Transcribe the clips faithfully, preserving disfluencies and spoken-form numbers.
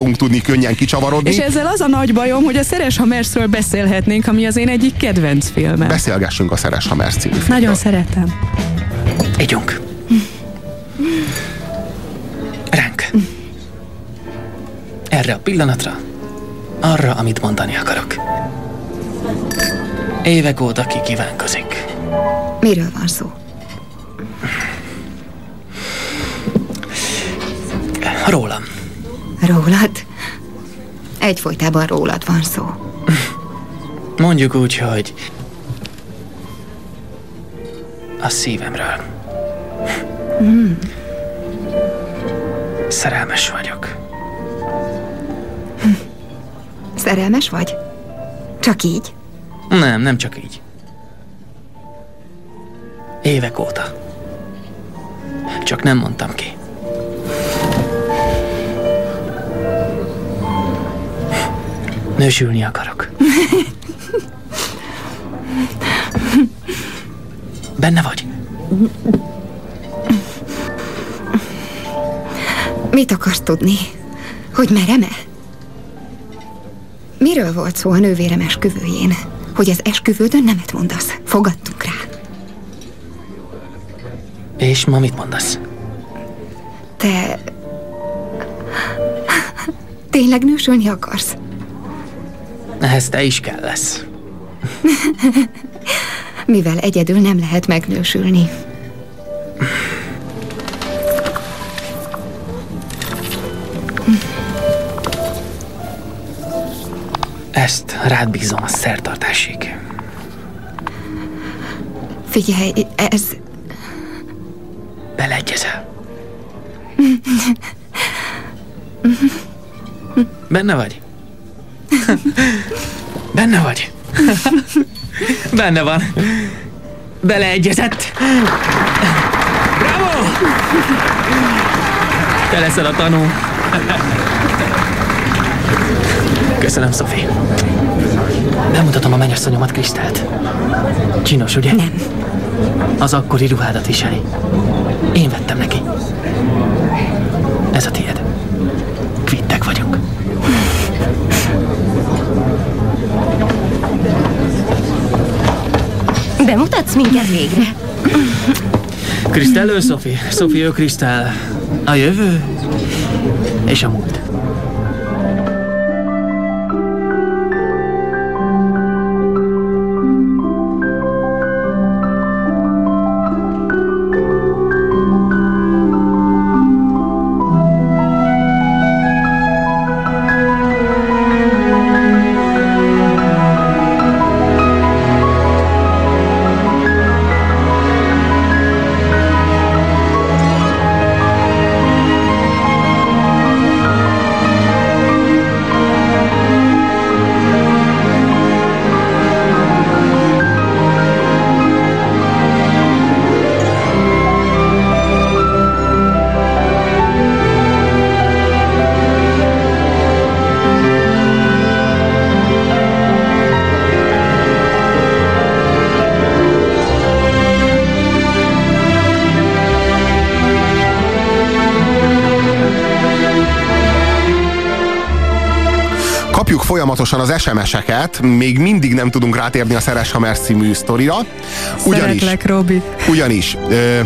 fogunk tudni könnyen kicsavarodni. És ezzel az a nagy bajom, hogy a Szeres Hamersről beszélhetnénk, ami az én egyik kedvenc filmem. Beszélgessünk a Szeres Hamers című filmről. Nagyon szeretem. Ígyunk. Ránk. Erre a pillanatra, arra, amit mondani akarok. Évek óta ki kívánkozik. Miről van szó? Rólam. Rólad? Egyfolytában rólad van szó. Mondjuk úgy, hogy a szívemről. Mm. Szerelmes vagyok. Szerelmes vagy? Csak így? Nem, nem csak így. Évek óta. Csak nem mondtam ki. Nősülni akarok. Benne vagy? Mit akarsz tudni? Hogy merem-e? Miről volt szó a nővérem esküvőjén? Hogy az esküvődön nemet mondasz. Fogadtunk rá. És ma mit mondasz? Te... Tényleg nősülni akarsz? Ehhez te is kell lesz. Mivel egyedül nem lehet megnősülni. Ezt rád bízom a szertartásig. Figyelj, ez... Beleegyezel. Benne vagy? Benne vagy? Benne van. Beleegyezett. Bravo! Te leszel a tanú. Köszönöm, Sophie. Bemutatom a mennyasszonyomat, Krisztelt. Csinos, ugye? Nem. Az akkori ruhádat viseli. Én vettem neki. Ez a tiéd. Kvittek vagyunk. Bemutatsz minket végre? Krisztel, ő Sophie. Sophie, ő Krisztel. A jövő és a múlt. Folyamatosan az es em es-eket, még mindig nem tudunk rátérni a Szeres Hamers című sztorira. Ugyanis, Szeretlek, Robi. Ugyanis ö,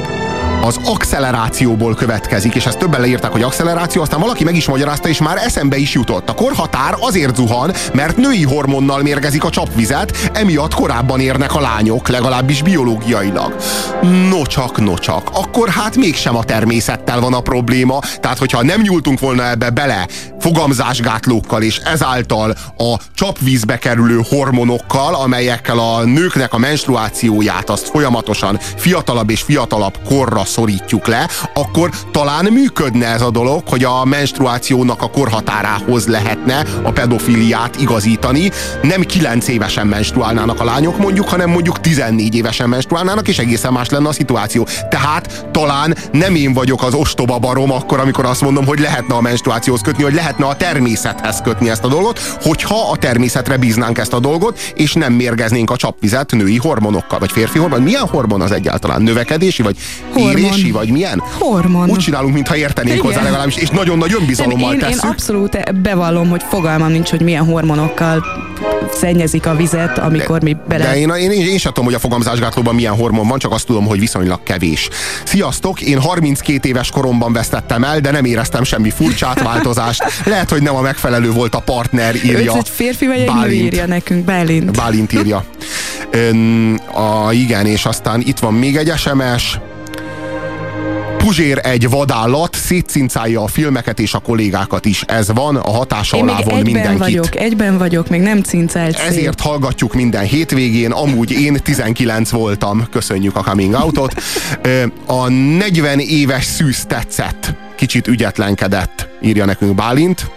az accelerációból következik, és ezt többen leírták, hogy acceleráció, aztán valaki meg is magyarázta, és már eszembe is jutott. A korhatár azért zuhan, mert női hormonnal mérgezik a csapvizet, emiatt korábban érnek a lányok, legalábbis biológiailag. Nocsak, nocsak. Akkor hát mégsem a természettel van a probléma, tehát hogyha nem nyúltunk volna ebbe bele fogamzásgátlókkal, és ezáltal a csapvízbe kerülő hormonokkal, amelyekkel a nőknek a menstruációját azt folyamatosan fiatalabb és fiatalabb korra szorítjuk le, akkor talán működne ez a dolog, hogy a menstruációnak a korhatárához lehetne a pedofiliát igazítani. Nem kilenc évesen menstruálnának a lányok mondjuk, hanem mondjuk tizennégy évesen menstruálnának, és egészen más lenne a szituáció. Tehát talán nem én vagyok az ostoba barom akkor, amikor azt mondom, hogy lehetne a menstruációhoz kötni, hogy lehetne lehetne a természethez kötni ezt a dolgot, hogyha a természetre bíznánk ezt a dolgot, és nem mérgeznénk a csapvizet női hormonokkal, vagy férfi hormon. Milyen hormon az egyáltalán? Növekedési, vagy hormon. érési, vagy milyen? Hormon. Úgy csinálunk, mintha értenénk Igen. hozzá legalábbis, és nagyon nagy önbizalommal én, tesszük. Én abszolút bevallom, hogy fogalmam nincs, hogy milyen hormonokkal szennyezik a vizet, amikor de, mi bele... De én, én, én, én sem tudom, hogy a fogamzásgátlóban milyen hormon van, csak azt tudom, hogy viszonylag kevés. Sziasztok, én harminckét éves koromban vesztettem el, de nem éreztem semmi furcsát, változást. Lehet, hogy nem a megfelelő volt a partner, írja. Ez egy férfi vagy egy nő írja nekünk, Bálint. Bálint írja. Ön, a, igen, és aztán itt van még egy es em es. Puzsér egy vadállat, szétszincálja a filmeket és a kollégákat is. Ez van, a hatása alá von mindenkit. Egyben vagyok, egyben vagyok, még nem cincált szét. Ezért hallgatjuk minden hétvégén, amúgy én tizenkilenc voltam, köszönjük a coming outot. A negyven éves szűz tetszett, kicsit ügyetlenkedett, írja nekünk Bálint.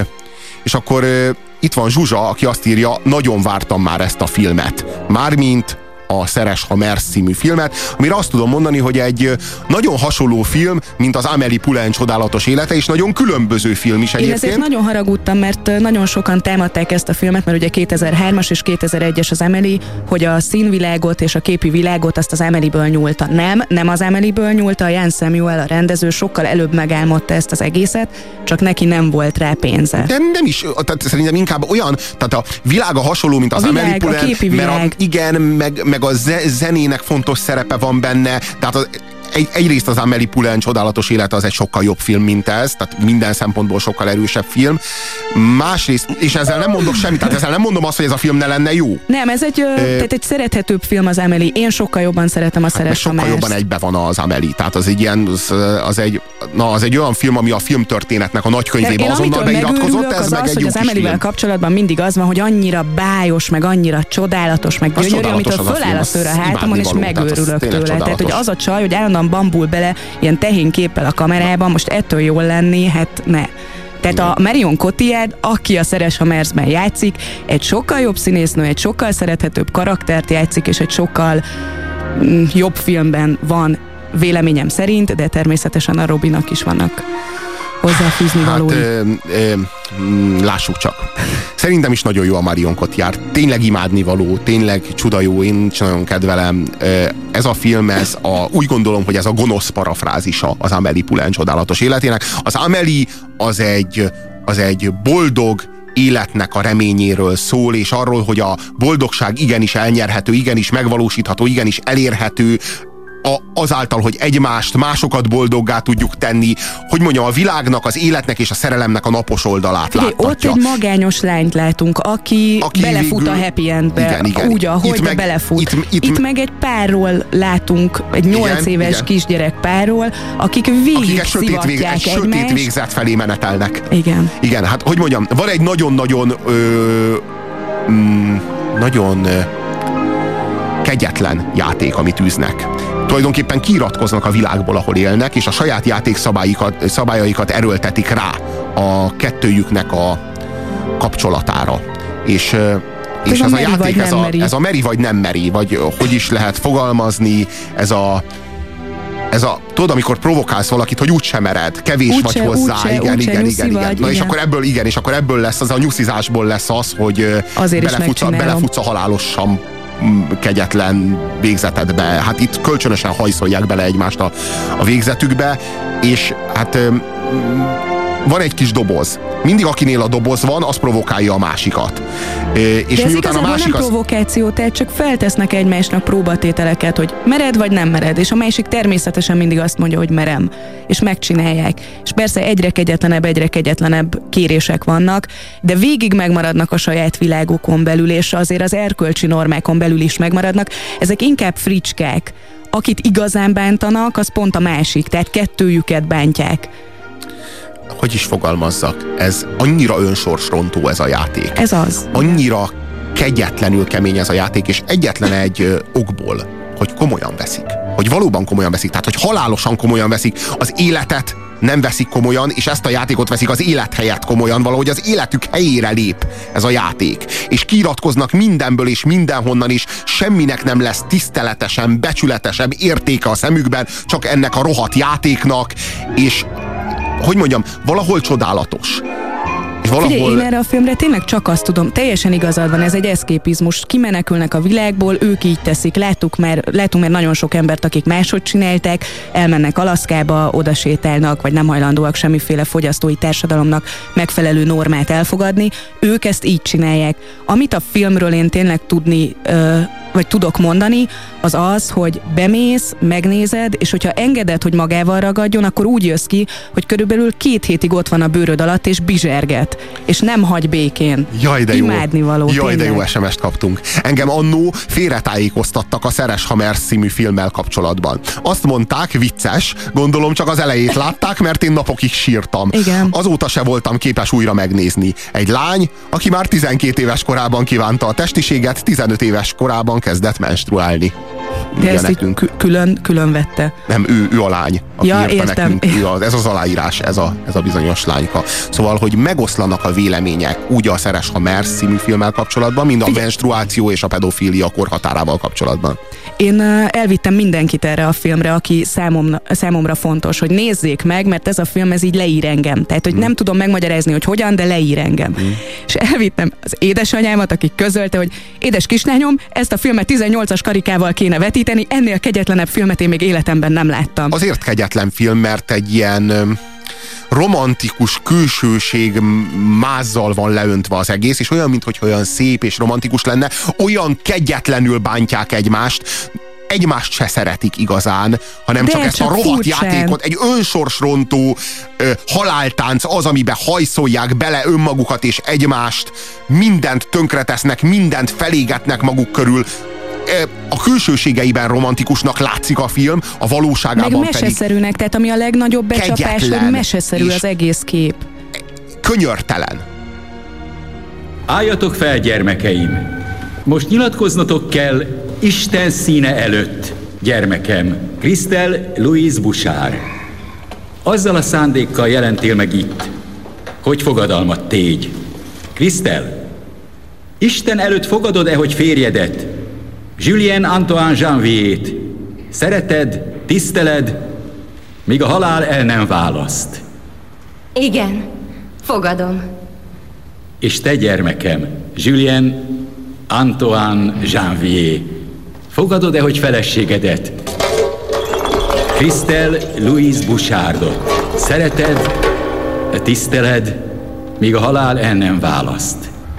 És akkor itt van Zsuzsa, aki azt írja, nagyon vártam már ezt a filmet. Mármint a Szeres, ha mersz című filmet, amire azt tudom mondani, hogy egy nagyon hasonló film, mint az Amélie Poulain csodálatos élete, és nagyon különböző film is egyébként. Én ezért nagyon haragudtam, mert nagyon sokan támadták ezt a filmet, mert ugye kétezer-hármas és kétezer-egyes az Amélie, hogy a színvilágot és a képi világot azt az Amélie-ből nyúlta. Nem, nem az Amélie-ből nyúlta, a Jan Samuel, a rendező sokkal előbb megálmodta ezt az egészet, csak neki nem volt rá pénze. De nem is, tehát szerintem inkább olyan, tehát a világa hasonló, mint az Amélie Poulain, a képi világ. Mert a, igen, meg, meg a zenének fontos szerepe van benne, tehát az, egy, egyrészt az Amélie Poulain csodálatos élete az egy sokkal jobb film, mint ez, tehát minden szempontból sokkal erősebb film. Másrészt, és ezzel nem mondok semmit, tehát ezzel nem mondom azt, hogy ez a film ne lenne jó. Nem, ez egy, ö, tehát egy szerethetőbb film az Amélie. Én sokkal jobban szeretem a hát Szeres, sokkal ha mersz. jobban egybe van az Amélie, tehát az egy ilyen, az, az, egy, na, az egy olyan film, ami a filmtörténetnek a nagykönyvébe azonnal beiratkozott, ez az meg az, egy hogy jó az kis Amélie-vel film. kapcsolatban mindig az van, hogy annyira bájos, meg annyira csodálatos, meg Az gyönyörű, csodálatos amitől az a föláll film, a szőr a az hátamon, és imádnivaló, tehát az megőrülök tényleg tőle. Tehát, hogy csodálatos. az a csaj, hogy állandóan bambul bele ilyen tehén képpel a kamerában, most ettől jól lenni, hát ne. Tehát a Marion Cotillard, aki a Szeres, ha merszben játszik, egy sokkal jobb színésznő, egy sokkal szerethetőbb karaktert játszik, és egy sokkal mm, jobb filmben van véleményem szerint, de természetesen a Robinak is vannak hozzáfűzni valói. Hát, ö, ö, lássuk csak. Szerintem is nagyon jó a Marion Cotillard. Tényleg imádnivaló, tényleg csuda jó, én is nagyon kedvelem. Ez a film, ez a, úgy gondolom, hogy ez a gonosz parafrázisa az Amélie Poulain csodálatos életének. Az Amélie az egy, az egy boldog életnek a reményéről szól, és arról, hogy a boldogság igenis elnyerhető, igenis megvalósítható, igenis elérhető, A, azáltal, hogy egymást, másokat boldoggá tudjuk tenni, hogy mondjam, a világnak, az életnek és a szerelemnek a napos oldalát Figyelj, láttatja. ott egy magányos lányt látunk, aki, aki belefut végül a happy endbe, igen, igen. úgy, ahogy itt meg, belefut. Itt, itt, itt meg egy párról látunk, egy nyolc éves igen. kisgyerek párról, akik végig szivatják vég, egy sötét végzet felé menetelnek. Igen. Igen, hát hogy mondjam, van egy nagyon-nagyon ö, mm, nagyon ö, kegyetlen játék, amit űznek. Tulajdonképpen kiiratkoznak a világból, ahol élnek, és a saját játékszabályaikat szabályaikat erőltetik rá a kettőjüknek a kapcsolatára. És, és ez, ez a játék, ez a, ez a meri vagy nem meri, vagy hogy is lehet fogalmazni, ez a ez a, tudod, amikor provokálsz valakit, hogy úgysem mered, kevés úgy vagy se, hozzá, úgyse, igen, úgyse, igen, igen, igen. Vagy, Na igen. és akkor ebből, igen, és akkor ebből lesz, az a nyuszizásból lesz az, hogy belefutsz a, belefutsz a halálosan kegyetlen végzetedbe. Hát itt kölcsönösen hajszolják bele egymást a, a végzetükbe, és hát van egy kis doboz. Mindig akinél a doboz van, az provokálja a másikat. És de ez miután a másik nem az... provokáció, tehát csak feltesznek egymásnak próbatételeket, hogy mered vagy nem mered, és a másik természetesen mindig azt mondja, hogy merem, és megcsinálják. És persze egyre kegyetlenebb, egyre kegyetlenebb kérések vannak, de végig megmaradnak a saját világukon belül, és azért az erkölcsi normákon belül is megmaradnak. Ezek inkább fricskák. Akit igazán bántanak, az pont a másik, tehát kettőjüket bántják. Hogy is fogalmazzak, ez annyira önsorsrontó ez a játék. Ez az. Annyira kegyetlenül kemény ez a játék, és egyetlen egy ö, okból, hogy komolyan veszik. Hogy valóban komolyan veszik, tehát hogy halálosan komolyan veszik az életet, nem veszik komolyan, és ezt a játékot veszik az élet helyett komolyan, valahogy az életük helyére lép ez a játék. És kiiratkoznak mindenből és mindenhonnan is, semminek nem lesz tiszteletesen, becsületesebb értéke a szemükben, csak ennek a rohadt játéknak, és hogy mondjam, valahol csodálatos. És valahol... Figyelj, én erre a filmre tényleg csak azt tudom, teljesen igazad van, ez egy eszképizmus. Kimenekülnek a világból, ők így teszik. Láttuk már, látunk már nagyon sok embert, akik máshogy csinálták, elmennek Alaszkába, oda sétálnak, vagy nem hajlandóak semmiféle fogyasztói társadalomnak megfelelő normát elfogadni. Ők ezt így csinálják. Amit a filmről én tényleg tudni, ö, vagy tudok mondani, az az, hogy bemész, megnézed, és hogyha engeded, hogy magával ragadjon, akkor úgy jössz ki, hogy körülbelül két hétig ott van a bőröd alatt, és bizserget, és nem hagy békén. Jaj, de jó. Imádnivaló. Jaj, de tényleg. jó es em est kaptunk. Engem annó félretájékoztattak a Szeres Hamers című filmmel kapcsolatban. Azt mondták, vicces, gondolom csak az elejét látták, mert én napokig sírtam. Igen. Azóta se voltam képes újra megnézni. Egy lány, aki már tizenkét éves korában kívánta a testiséget, tizenöt éves korában kezdett menstruálni. De ezt így kü- külön, külön vette. Nem, ő, ő a lány, aki Ja, írta értem. nekünk. Ő a, ez az aláírás, ez a, ez a bizonyos lányka. Szóval, hogy megoszlanak a vélemények úgy a Szeres Hamers című filmmel kapcsolatban, mint a menstruáció és a pedofília korhatárával kapcsolatban. Én uh, elvittem mindenkit erre a filmre, aki számomra, számomra fontos, hogy nézzék meg, mert ez a film ez így leír engem. Tehát, hogy mm. nem tudom megmagyarázni, hogy hogyan, de leír engem. Mm. És elvittem az édesanyámat, aki közölte, hogy édes kislányom, ezt a filmet tizennyolcas karikával kéne vetíteni, ennél kegyetlenebb filmet én még életemben nem láttam. Azért kegyetlen film, mert egy ilyen romantikus külsőség mázzal van leöntve az egész, és olyan, mintha olyan szép és romantikus lenne, olyan kegyetlenül bántják egymást, egymást se szeretik igazán, hanem de csak ezt csak a rohadt furcsán. játékot, egy önsorsrontó ö, haláltánc az, amiben hajszolják bele önmagukat és egymást, mindent tönkretesznek, mindent felégetnek maguk körül. A külsőségeiben romantikusnak látszik a film, a valóságában meg pedig meseszerűnek, tehát ami a legnagyobb becsapás, kegyetlen hogy meseszerű és az egész kép. könyörtelen. Álljatok fel, gyermekeim! Most nyilatkoznatok kell Isten színe előtt, gyermekem, Christelle Louise Bouchard. Azzal a szándékkal jelentél meg itt, hogy fogadalmat tégy. Christelle, Isten előtt fogadod-e, hogy férjedet, Julien Antoine Janvier-t szereted, tiszteled, míg a halál el nem választ? Igen, fogadom. És te, gyermekem, Julien Antoine Janvier, fogadod-e, hogy feleségedet, Christelle Louise Bouchardot szereted, tiszteled, míg a halál el nem választ?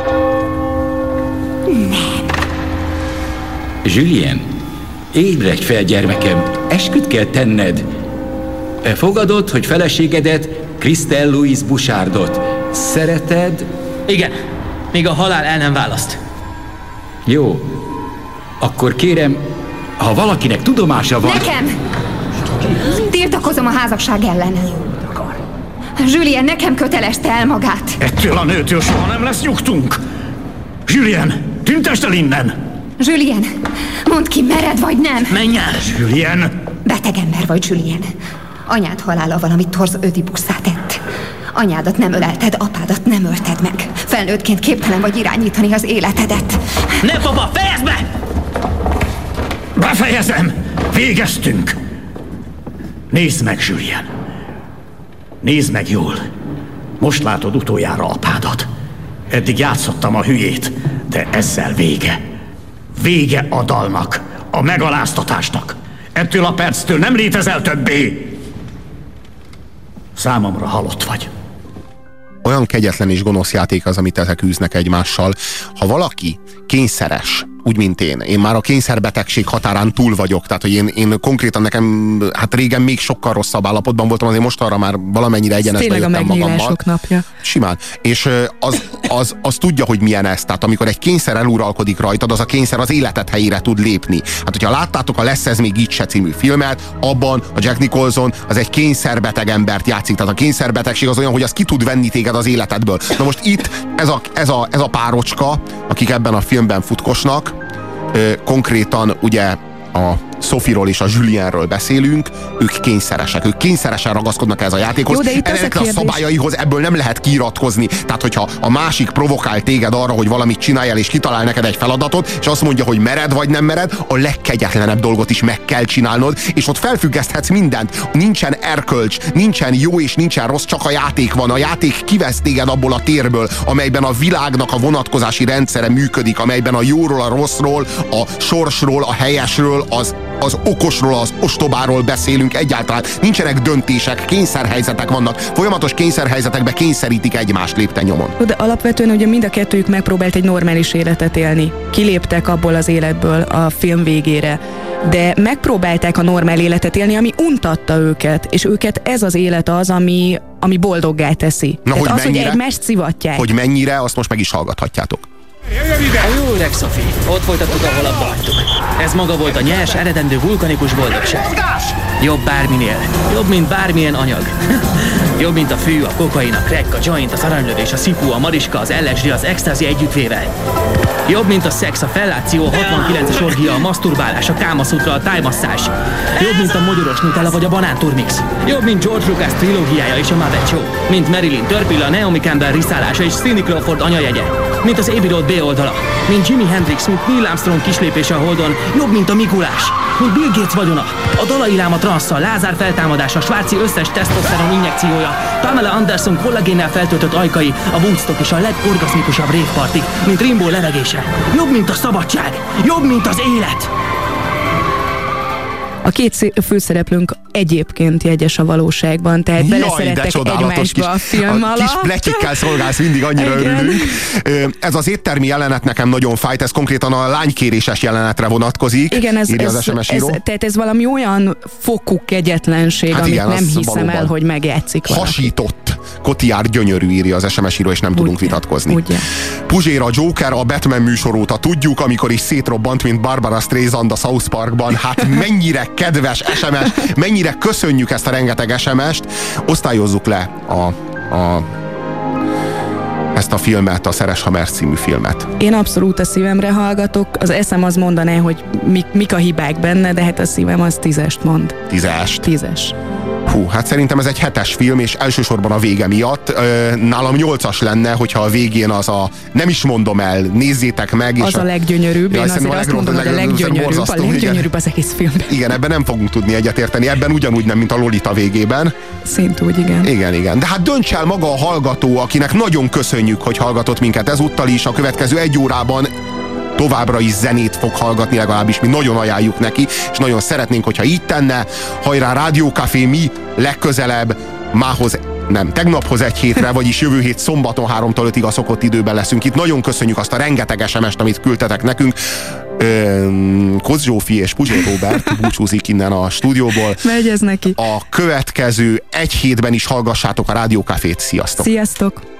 Nem. Julien, ébredj fel, gyermekem, esküt kell tenned. Fogadod, hogy feleségedet, Christelle Louise Bouchardot szereted? Igen, még a halál el nem választ. Jó, akkor kérem, ha valakinek tudomása van... Nekem! Tiltakozom a házasság ellen. Julien nekem kötelezte el magát. Ettől a nőtől soha nem lesz nyugtunk. Julien, tüntesd el innen! Julien, mondd ki, mered vagy nem? Menj el! Julien! Beteg ember vagy, Julien. Anyád halála valamit torz ödibusszá tett. Anyádat nem ölelted, apádat nem ölted meg. Felnőttként képtelen vagy irányítani az életedet. Ne, baba, fejezd be! Befejezem! Végeztünk! Nézd meg, Julien! Nézd meg jól! Most látod utoljára apádat. Eddig játszottam a hülyét, de ezzel vége. Vége a dalnak, a megaláztatásnak. Ettől a perctől nem létezel többé. Számomra halott vagy. Olyan kegyetlen és gonosz játék az, amit ezek űznek egymással. Ha valaki kényszeres, úgy, mint én. Én már a kényszerbetegség határán túl vagyok, tehát, hogy én, én konkrétan nekem, hát régen még sokkal rosszabb állapotban voltam, azért most arra már valamennyire egyenesbe jöttem magammal. Tényleg a megnyílások napja. Simán. És az, az, az tudja, hogy milyen ez. Tehát amikor egy kényszer eluralkodik rajtad, az a kényszer az életed helyére tud lépni. Hát, hogyha láttátok a Lesz ez még így se című filmet, abban a Jack Nicholson az egy kényszerbeteg embert játszik. Tehát a kényszerbetegség az olyan, hogy az ki tud venni téged az életedből. Na most itt ez a, ez a, ez a párocska, akik ebben a filmben futkosnak, konkrétan ugye a Sophie-ról és a Julienről beszélünk, ők kényszeresek, ők kényszeresen ragaszkodnak ez a játékhoz. Ennek a, a szabályaihoz ebből nem lehet kiiratkozni. Tehát, hogyha a másik provokál téged arra, hogy valamit csináljál, és kitalál neked egy feladatot, és azt mondja, hogy mered vagy nem mered, a legkegyetlenebb dolgot is meg kell csinálnod, és ott felfüggeszthetsz mindent. Nincsen erkölcs, nincsen jó és nincsen rossz, csak a játék van. A játék kivesz téged abból a térből, amelyben a világnak a vonatkozási rendszere működik, amelyben a jóról, a rosszról, a sorsról, a helyesről, az, az okosról, az ostobáról beszélünk egyáltalán. Nincsenek döntések, kényszerhelyzetek vannak. Folyamatos kényszerhelyzetekbe kényszerítik egymást lépten nyomon. De alapvetően ugye mind a kettőjük megpróbált egy normális életet élni. Kiléptek abból az életből a film végére. De megpróbálták a normál életet élni, ami untatta őket, és őket ez az élet az, ami, ami boldoggá teszi. Na, hogy az, mennyire, hogy egymást szivatják. Hogy mennyire, azt most meg is hallgathatjátok. A jó öreg Sophie, ott folytattuk, ahol abba hagytuk. Ez maga volt a nyers, eredendő vulkanikus boldogság. Jobb bárminél, jobb, mint bármilyen anyag. Jobb, mint a fű, a kokain, a crack, a joint, az aranylövés, a szipu, a mariska, az el es dé, az extázi együttvéve. Jobb, mint a szex, a felláció, a hatvankilences orgia, a maszturbálás, a kámaszútra, a tájmasszás. Jobb, mint a mogyoros nutella vagy a banánturmix. Jobb, mint George Lucas trilógiája és a Muppet Show. Mint Marilyn törpilla, Naomi Campbell riszálása és Cindy Crawford anyajegye. Mint az Abbey Road B oldala. Mint Jimi Hendrix, mint Neil Armstrong kislépése a Holdon. Jobb, mint a Mikulás. Mint Bill Gates vagyona. A Dalai Láma transzsza, Lázár feltámadása, Schwarzi összes tesztoszteron injekciója. Pamela Anderson kollagénnel feltöltött ajkai, a Woodstock és a legorgaszmikusabb révpartik, mint Rimbaud levegése. Jobb, mint a szabadság. Jobb, mint az élet. A két főszereplőnk egyébként jegyes a valóságban, tehát Jaj, beleszerettek egymásba a film alatt. Kis pletyikkel szolgálsz, mindig annyira Igen. örülünk. Ez az éttermi jelenet nekem nagyon fájt, ez konkrétan a lánykéréses jelenetre vonatkozik. Igen, ez, írja ez, az es em es ez, író. tehát ez valami olyan fokú kegyetlenség, Hát amit igen, nem az hiszem valóban. el, hogy megjátszik valaki. Hasított Cotillard gyönyörű, írja az es em es író, és nem Ugye, tudunk vitatkozni. ugye. Puzsér a Joker, a Batman műsor óta tudjuk, amikor is szétrobbant, mint Barbara Streisand a South Parkban. Hát mennyire kedves es em es, mennyire köszönjük ezt a rengeteg es em est. Osztályozzuk le a, a ezt a filmet, a Szeress, ha mersz című filmet. Én abszolút a szívemre hallgatok, az eszem az mondaná, hogy mik, mik a hibák benne, de hát a szívem az tízest mond. Tízest. Tízes. Hú, hát szerintem ez egy hetes film, és elsősorban a vége miatt. Ö, nálam nyolcas lenne, hogyha a végén az a, nem is mondom el, nézzétek meg. Az és a, a leggyönyörűbb, ja, én azért azt mondom, hogy a leggyönyörűbb, a leggyönyörűbb az egész filmben. Igen, ebben nem fogunk tudni egyetérteni, ebben ugyanúgy nem, mint a Lolita végében. Szint úgy, igen. Igen, igen. De hát dönts el maga a hallgató, akinek nagyon köszönjük, hogy hallgatott minket ezúttal is. A következő egy órában továbbra is zenét fog hallgatni, legalábbis mi nagyon ajánljuk neki, és nagyon szeretnénk, hogyha így tenne. Hajrá Rádió Café, mi legközelebb mához nem, tegnaphoz egy hétre, vagyis jövő hét szombaton háromtól ötig a szokott időben leszünk itt. Nagyon köszönjük azt a rengeteg es em est, amit küldtetek nekünk. Koz Zsófi és Puzsér Róbert búcsúzik innen a stúdióból. Megy ez neki. A következő egy hétben is hallgassátok a Rádió Cafét. Sziasztok! Sziasztok!